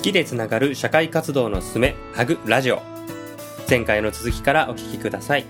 きでつながる社会活動のすすめハグラジオ。前回の続きからお聞きください。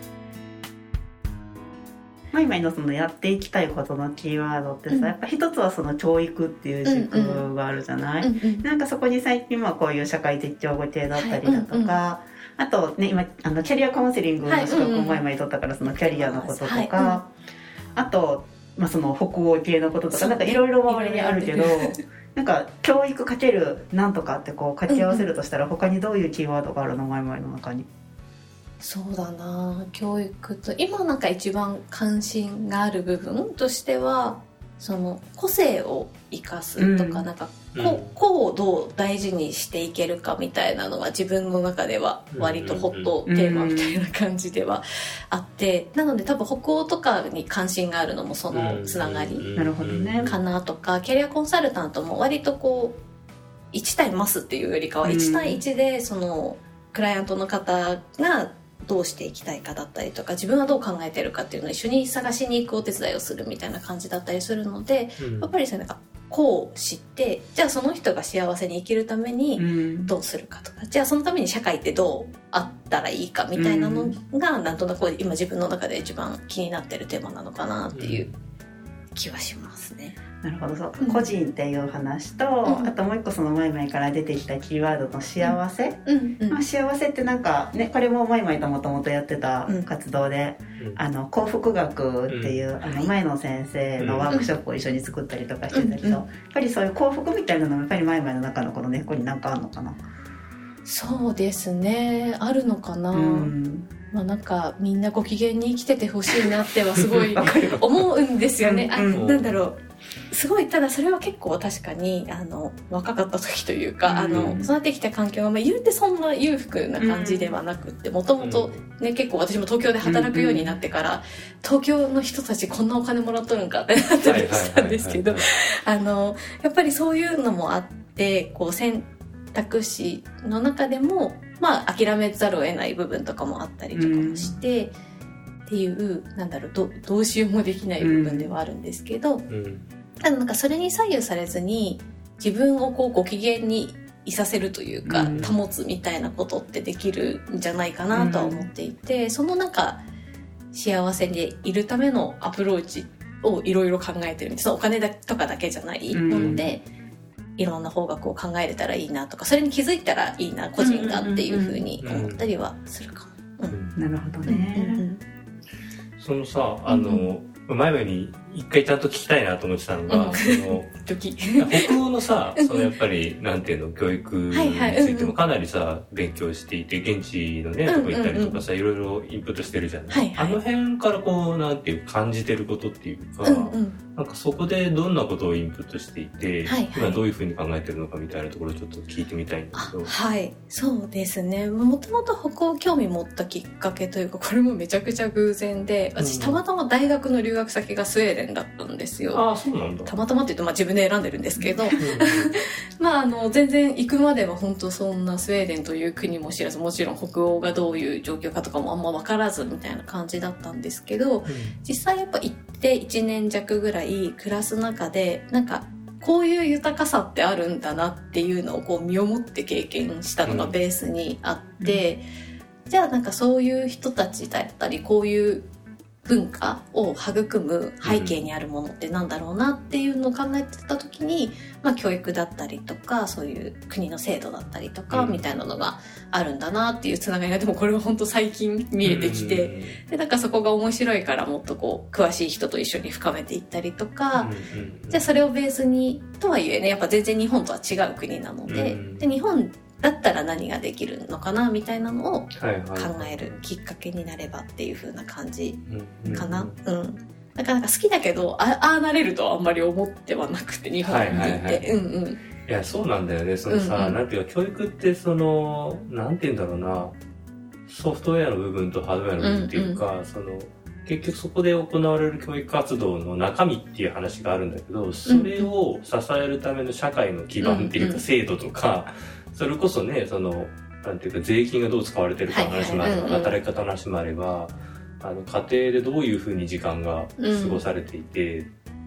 マイマイのそのやっていきたいことのキーワードってさ、やっぱ一つはその教育っていう軸があるじゃない、なんかそこに最近はこういう社会的教護系だったりだとか、あとね今キャリアカウンセリングの資格をマイマイ取ったからそのキャリアのこととか、あと、その北欧系のこととかなんかいろいろ周りにあるけど、なんか教育かけるなんとかってこう掛け合わせるとしたら他にどういうキーワードがあるのマイマイの中に。 そうだな、教育と今なんか一番関心がある部分としてはその個性を生かすとか、なんか個をどう大事にしていけるかみたいなのは自分の中では割とホットテーマみたいな感じではあって、なので多分北欧とかに関心があるのもそのつながりかなとか、キャリアコンサルタントも割とこう1対マスっていうよりかは1対1でそのクライアントの方がどうしていきたいかだったりとか、自分はどう考えてるかっていうのを一緒に探しに行くお手伝いをするみたいな感じだったりするので、やっぱりそれがこう知って、じゃあその人が幸せに生きるためにどうするかとか、じゃあそのために社会ってどうあったらいいかみたいなのがなんとなく今自分の中で一番気になってるテーマなのかなっていう気はしますね。 なるほど、そう、個人っていう話と、あともう一個そのマイマイから出てきたキーワードの幸せ、幸せってなんかね、これもマイマイともともとやってた活動で、幸福学っていう、前の先生のワークショップを一緒に作ったりとかしてたけど、やっぱりそういう幸福みたいなのもやっぱりマイマイの中のこの根っこになんかあるのかな。 そうですね、あるのかな。なんかみんなご機嫌に生きててほしいなってはすごい思うんですよね。なんだろう、すごい、ただそれは結構確かに若かった時というか、育ってきた環境は、言うてそんな裕福な感じではなくって、もともとね、結構私も東京で働くようになってから、東京の人たちこんなお金もらっとるんかってなったりしたんですけど、やっぱりそういうのもあって、こう選択肢の中でも諦めざるを得ない部分とかもあったりとかもして、っていうなんだろう、どうしようもできない部分ではあるんですけど、ただなんかそれに左右されずに自分をこうご機嫌にいさせるというか、保つみたいなことってできるんじゃないかなとは思っていて、そのなんか幸せでいるためのアプローチをいろいろ考えてるんです。お金とかだけじゃないので、いろんな方角を考えれたらいいなとか、それに気づいたらいいな個人がっていう風に思ったりはするかも。 なるほどね。 そのさ、前々に一回ちゃんと聞きたいなと思ってたのが、北欧のさ、そのやっぱりなんていうの、教育についてもかなりさ勉強していて、現地のねとこ行ったりとかさ、いろいろインプットしてるじゃない。あの辺からこうなんていう感じてることっていうか、なんかそこでどんなことをインプットしていて、今どういうふうに考えてるのかみたいなところをちょっと聞いてみたいんだけど。 はい、そうですね。もともと北欧興味持ったきっかけというか、これもめちゃくちゃ偶然で、私たまたま大学の留学先がスウェーデンだったんですよ。 あ、そうなんだ。 たまたまって言うと自分で選んでるんですけど、全然行くまでは本当そんなスウェーデンという国も知らず、もちろん北欧がどういう状況かとかもあんま分からずみたいな感じだったんですけど、実際やっぱ行って1年弱ぐらい暮らす中で、なんかこういう豊かさってあるんだなっていうのをこう身をもって経験したのがベースにあって、じゃあなんかそういう人たちだったり、こういう文化を育む背景にあるものってなんだろうなっていうのを考えてた時に、教育だったりとか、そういう国の制度だったりとかみたいなのがあるんだなっていうつながりが、でもこれは本当最近見えてきて、でなんかそこが面白いからもっとこう詳しい人と一緒に深めていったりとか、じゃあそれをベースにとはいえね、やっぱ全然日本とは違う国なので、で日本だったら何ができるのかなみたいなのを考えるきっかけになればっていう風な感じかな。なかなか好きだけど、ああなれるとはあんまり思ってはなくて、日本にいて。 いや、そうなんだよね。そのさ、なんていうか、教育ってその、なんていうんだろうな、ソフトウェアの部分とハードウェアの部分っていうか、その、結局そこで行われる教育活動の中身っていう話があるんだけど、それを支えるための社会の基盤っていうか、制度とか、それこそね、その、なんていうか、税金がどう使われてるかの話もあれば、働き方の話もあれば、家庭でどういうふうに時間が過ごされていて、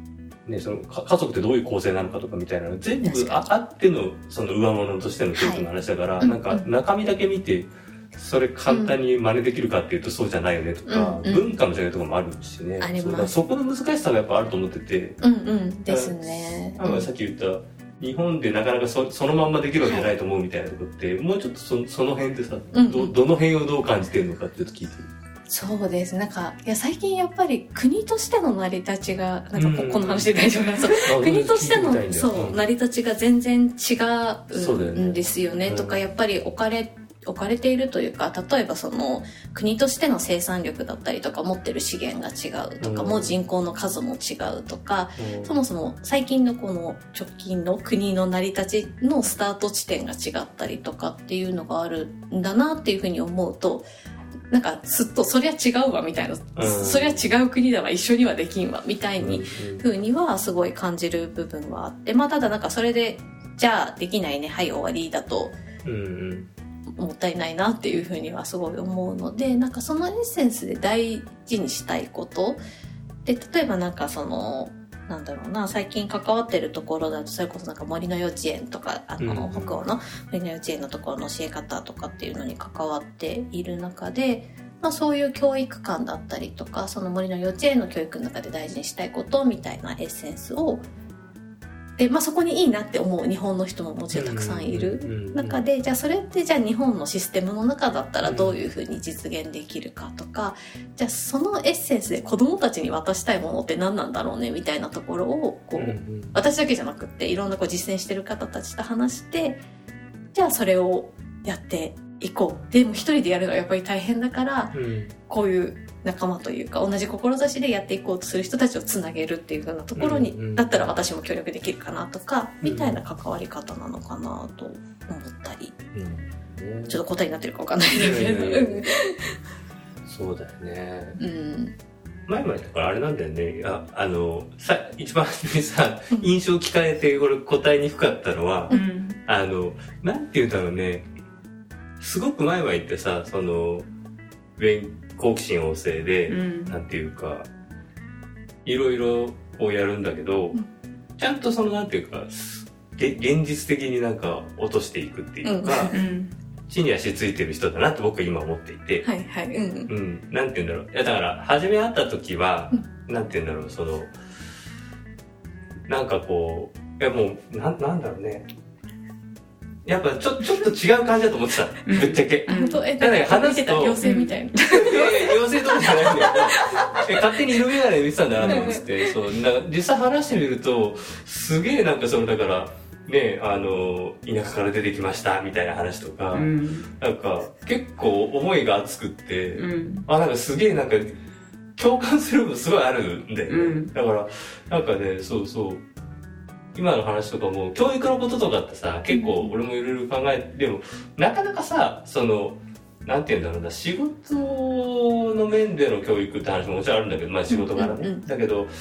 ね、その家族ってどういう構成なのかとかみたいなの全部あってのその上物としての教育の話だから、なんか中身だけ見てそれ簡単に真似できるかっていうとそうじゃないよねとか、文化の違いとかもあるしね、そこの難しさがやっぱあると思ってて、 ですね。 さっき言った日本でなかなかそのまんまできるわけじゃないと思うみたいなところって、もうちょっとその辺でさ、どの辺をどう感じてるのかってちょっと聞いてる。 そうです。なんか、いや、最近やっぱり国としての成り立ちが、なんかこの話で大丈夫なんですか？国としての、成り立ちが全然違うんですよね。とか、やっぱり置かれているというか、例えばその国としての生産力だったりとか持ってる資源が違うとか、もう人口の数も違うとか、そもそも最近のこの直近の国の成り立ちのスタート地点が違ったりとかっていうのがあるんだなっていうふうに思うと、なんかすっとそりゃ違うわみたいな、そりゃ違う国だわ一緒にはできんわみたいに風にはすごい感じる部分はあって、まあただなんかそれでじゃあできないねはい終わりだと、もったいないなっていうふうにはすごい思うので、なんかそのエッセンスで大事にしたいことで、例えばなんかそのなんだろうな、最近関わってるところだとそれこそなんか森の幼稚園とか北欧の森の幼稚園のところの教え方とかっていうのに関わっている中で、まあ、そういう教育観だったりとか、その森の幼稚園の教育の中で大事にしたいことみたいなエッセンスをで、まあ、そこにいいなって思う日本の人ももちろんたくさんいる中で、じゃあそれってじゃあ日本のシステムの中だったらどういうふうに実現できるかとか、じゃあそのエッセンスで子どもたちに渡したいものって何なんだろうねみたいなところをこう、私だけじゃなくっていろんなこう実践してる方たちと話して、じゃあそれをやっていこう。でも一人でやるのはやっぱり大変だから、こういう仲間というか同じ志でやっていこうとする人たちをつなげるっていう風なところに、だったら私も協力できるかなとか、みたいな関わり方なのかなと思ったり、ちょっと答えになってるか分かんないですけど、 そうだよね。前々だからあれなんだよね。一番初めにさ、印象聞かれてこれ答えにくかったのは、なんて言うんだろうね。すごく前々ってさ、その好奇心旺盛で、なんていうかいろいろこうやるんだけど、ちゃんとそのなんていうか現実的になんか落としていくっていうか、地に足ついてる人だなって僕は今思っていて、なんていうんだろう、いやだから初め会った時は、なんていうんだろう、そのなんかこう、いやもうなんだろうね、やっぱちょっと違う感じだと思ってた、ぶっちゃけ。 ただ話してた妖精みたいな。 妖精とかじゃないんだよ。勝手に色眼鏡で見てたんだなと思ってて、そう、実際話してみると、すげえなんかそのだから、ね、田舎から出てきましたみたいな話とか、なんか結構思いが熱くって、なんかすげえなんか共感する部分すごいあるんだよね。だからなんかね、そうそう今の話とかも教育のこととかってさ、結構俺もいろいろ考えて、でもなかなかさ、そのなんていうんだろうな、仕事の面での教育って話ももちろんあるんだけど、まあ仕事柄ね、だけど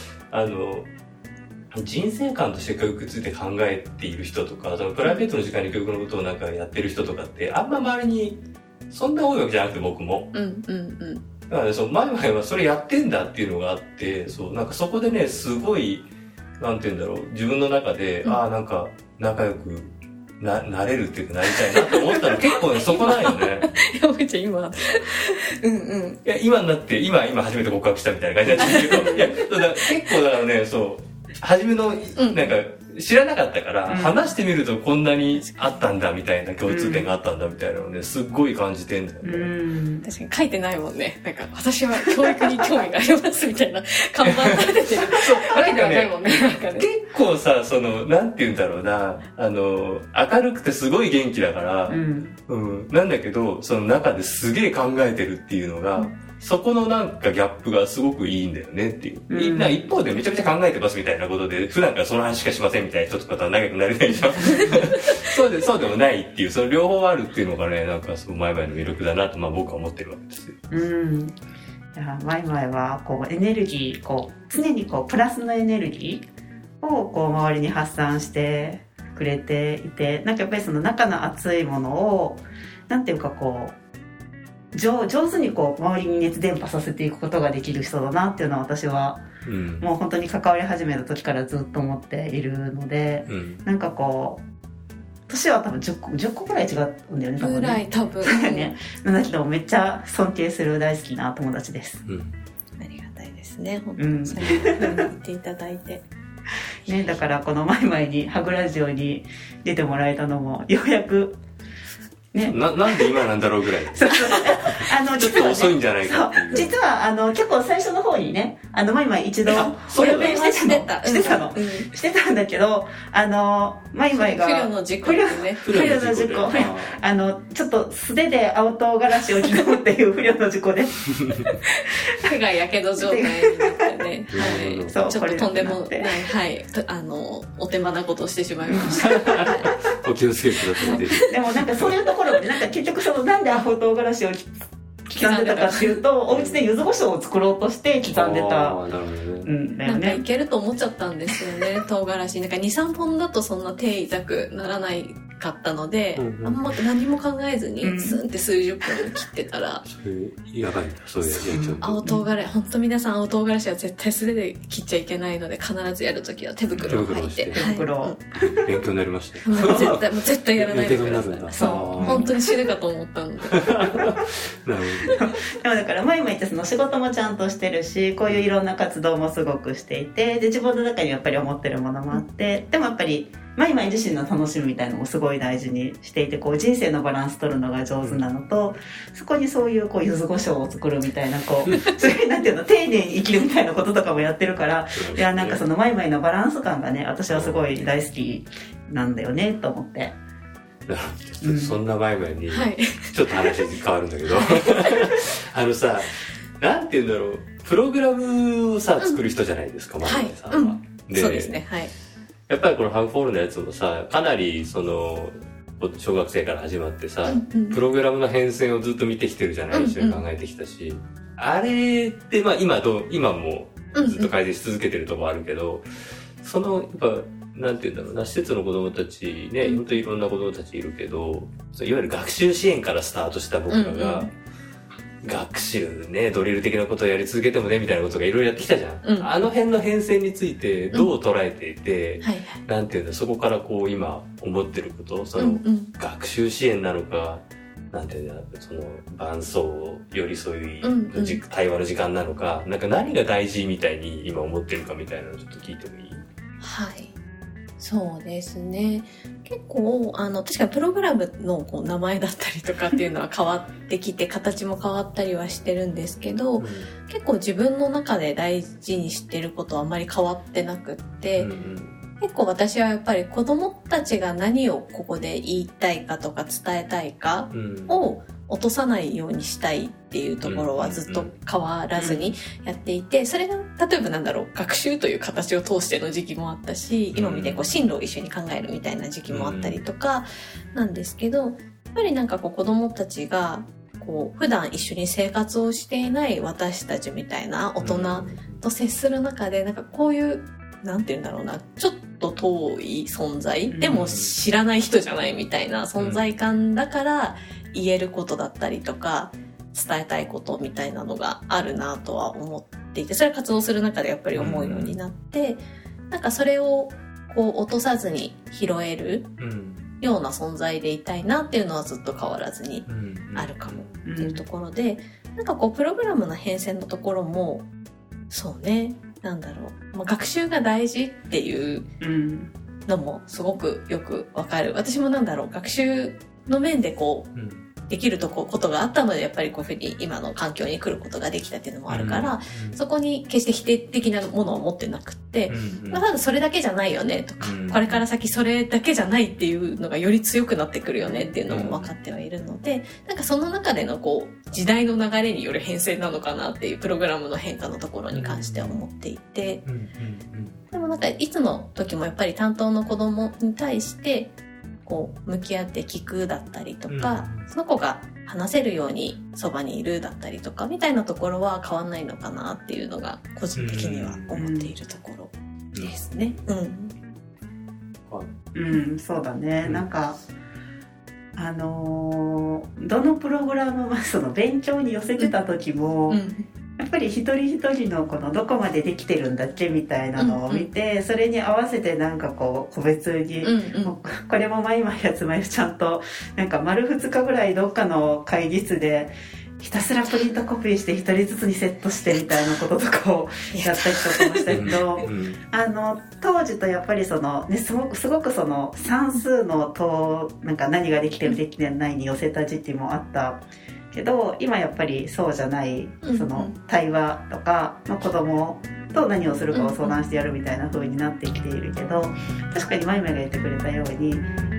人生観として教育について考えている人とか、そのプライベートの時間に教育のことをなんかやってる人とかってあんま周りにそんな多いわけじゃなくて、僕も。だからね、前々はそれやってんだっていうのがあって、そうなんかそこでね、すごいなんて言うんだろう、自分の中で、なんか仲良くなれるっていうかなりたいなって思ったら結構ね、そこなんよね。 やばいちゃん今、 いや、今になって、今初めて告白したみたいな感じなんですけど、いや、結構だからね、そう、初めの、なんか、知らなかったから、話してみるとこんなにあったんだみたいな、共通点があったんだみたいなのをね、すっごい感じてんだよね。 確かに書いてないもんね。なんか、私は教育に興味がありますみたいな看板が出てる。そう、わけではないもんね。 結構さ、その、なんて言うんだろうな、明るくてすごい元気だから、なんだけど、その中ですげえ考えてるっていうのが、そこのなんかギャップがすごくいいんだよねっていう。一方でめちゃくちゃ考えてますみたいなことで、普段からその話しかしませんみたいな人とかとは仲良くなれないじゃん。そうでもないっていう、その両方あるっていうのがね、なんかすごい前々の魅力だなと、まあ僕は思ってるわけですよ。 前々はこうエネルギー、こう常にこうプラスのエネルギーをこう周りに発散してくれていて、なんかやっぱりその中の熱いものをなんていうかこう上手にこう周りに熱伝播させていくことができる人だなっていうのは私はもう本当に関わり始めた時からずっと思っているので、なんかこう年は多分10個ぐらい違うんだよね、 ぐらい多分ね。なんだけどめっちゃ尊敬する大好きな友達です。 ありがたいですね、本当にそういう風に言っていただいて。 ね、だからこの前にハグラジオに出てもらえたのもようやくね、なんで今なんだろうぐらいそうちょっと遅いんじゃないかっていう。 実は結構最初の方にねマイマイ一度お呼びしてたんだけどマイマイが不慮の事故ですね。 不慮の事故ちょっと素手で青唐辛子を刻むっていう不慮の事故で手がやけど状態になってね、はい、ちょっととんでもない、はい、お手間なことをしてしまいましたお気をつけください。 でもなんかそういうところでなんか結局なんで青唐辛子を刻んでたかっていうと、お家で柚子胡椒を作ろうとして刻んでた。 なんかいけると思っちゃったんですよね、唐辛子。なんか 2,3 本だとそんな手痛くならないかったので、あんま何も考えずにスンって数十分切ってたら、 それやばいんだ、そういうやつを。 青唐辛子、本当皆さん青唐辛子は絶対素手で切っちゃいけないので、必ずやるときは手袋を履いて。 勉強になりました。 もう絶対やらないでください。そう、本当に死ぬかと思ったので。なるほど。 でもだからマイマイってその仕事もちゃんとしてるし、こういういろんな活動もすごくしていて、で自分の中にやっぱり思ってるものもあって、でもやっぱりマイマイ自身の楽しみみたいなのもすごい大事にしていて、こう人生のバランス取るのが上手なのと、そこにそういうこう柚子胡椒を作るみたいな、こうそういうなんていうの、丁寧に生きるみたいなこととかもやってるから、いやなんかそのマイマイのバランス感がね、私はすごい大好きなんだよねと思って。 そんなマイマイにちょっと話変わるんだけどさ、なんていうんだろう、プログラムをさ作る人じゃないですか、マイマイさんは。 そうですね、はい。 やっぱりこのハグフォールのやつもさ、かなりその小学生から始まってさ、プログラムの変遷をずっと見てきてるじゃない、一緒に考えてきたし、あれってまあ今もずっと改善し続けてるとこあるけど、そのやっぱなんていうんだろうな、施設の子供たちね、本当にいろんな子供たちいるけど、いわゆる学習支援からスタートした僕らが、学習ね、ドリル的なことをやり続けてもねみたいなことがいろいろやってきたじゃん。あの辺の変遷についてどう捉えていて、なんていうんだ、そこからこう今思ってること、その学習支援なのか、なんていうんだ、その伴走寄り添いの対話の時間なのか、なんか何が大事みたいに今思ってるかみたいなのをちょっと聞いてもいい？ はい。そうですね。結構確かにプログラムのこう名前だったりとかっていうのは変わってきて、形も変わったりはしてるんですけど、結構自分の中で大事にしてることはあまり変わってなくって、結構私はやっぱり子供たちが何をここで言いたいかとか伝えたいかを落とさないようにしたいっていうところはずっと変わらずにやっていて、それが例えば学習という形を通しての時期もあったし、今みたいにこう進路を一緒に考えるみたいな時期もあったりとかなんですけど、やっぱりなんかこう子供たちがこう普段一緒に生活をしていない私たちみたいな大人と接する中で、なんかこういうなんて言うんだろうな、ちょっと遠い存在、でも知らない人じゃないみたいな存在感だから言えることだったりとか伝えたいことみたいなのがあるなとは思っていて、それは活動する中でやっぱり思うようになって、なんかそれをこう落とさずに拾えるような存在でいたいなっていうのはずっと変わらずにあるかもっていうところで、なんかこうプログラムの変遷のところもそうね、なんだろう、学習が大事っていうのもすごくよくわかる。私も学習の面でこう、できることがあったので、やっぱりこういうふうに今の環境に来ることができたっていうのもあるから、そこに決して否定的なものを持ってなくって、ただそれだけじゃないよねとか、これから先それだけじゃないっていうのがより強くなってくるよねっていうのも分かってはいるので、なんかその中でのこう時代の流れによる変遷なのかなっていうプログラムの変化のところに関しては思っていて、でもなんかいつの時もやっぱり担当の子供に対してこう向き合って聞くだったりとか、その子が話せるようにそばにいるだったりとかみたいなところは変わんないのかなっていうのが個人的には思っているところですね。 そうだね。なんかどのプログラムはその勉強に寄せてた時も、やっぱぱり一人一人のこのどこまでできてるんだっけみたいなのを見て、それに合わせてなんかこう個別に、これもマイマイやつまゆちゃんとなんか丸2日ぐらいどっかの会議室でひたすらプリントコピーして一人ずつにセットしてみたいなこととかをやったりとかもしたけど当時とやっぱりその、ね、すごくその算数のなんか何ができてるできてないに寄せた時期もあったけど、今やっぱりそうじゃないその対話とか、子供と何をするかを相談してやるみたいな風になってきているけど、確かにマイマイが言ってくれたように